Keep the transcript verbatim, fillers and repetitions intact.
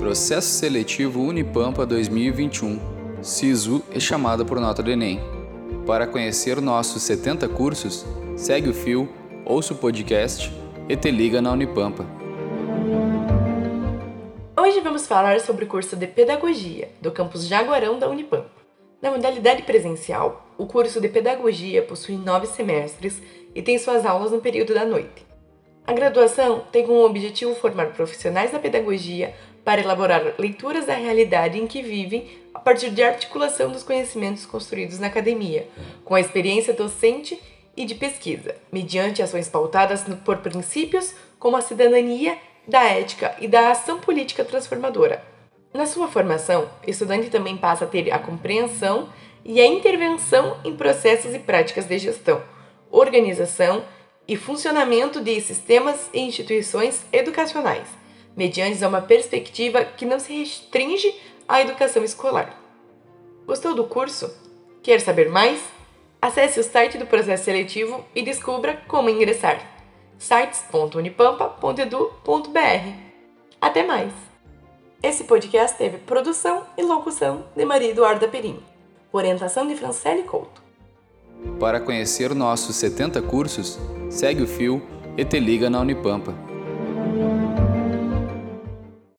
Processo Seletivo Unipampa dois mil e vinte e um. SISU é chamada por nota do Enem. Para conhecer nossos setenta cursos, segue o fio, ouça o podcast e te liga na Unipampa. Hoje vamos falar sobre o curso de Pedagogia do campus Jaguarão da Unipampa. Na modalidade presencial, o curso de Pedagogia possui nove semestres e tem suas aulas no período da noite. A graduação tem como objetivo formar profissionais da pedagogia para elaborar leituras da realidade em que vivem a partir de articulação dos conhecimentos construídos na academia, com a experiência docente e de pesquisa, mediante ações pautadas por princípios como a cidadania, da ética e da ação política transformadora. Na sua formação, o estudante também passa a ter a compreensão e a intervenção em processos e práticas de gestão, organização e funcionamento de sistemas e instituições educacionais, mediante uma perspectiva que não se restringe à educação escolar. Gostou do curso? Quer saber mais? Acesse o site do processo seletivo e descubra como ingressar. sites ponto unipampa ponto edu ponto br. Até mais! Esse podcast teve produção e locução de Maria Eduarda Perim, orientação de Franciele Couto. Para conhecer nossos setenta cursos, segue o fio e te liga na Unipampa.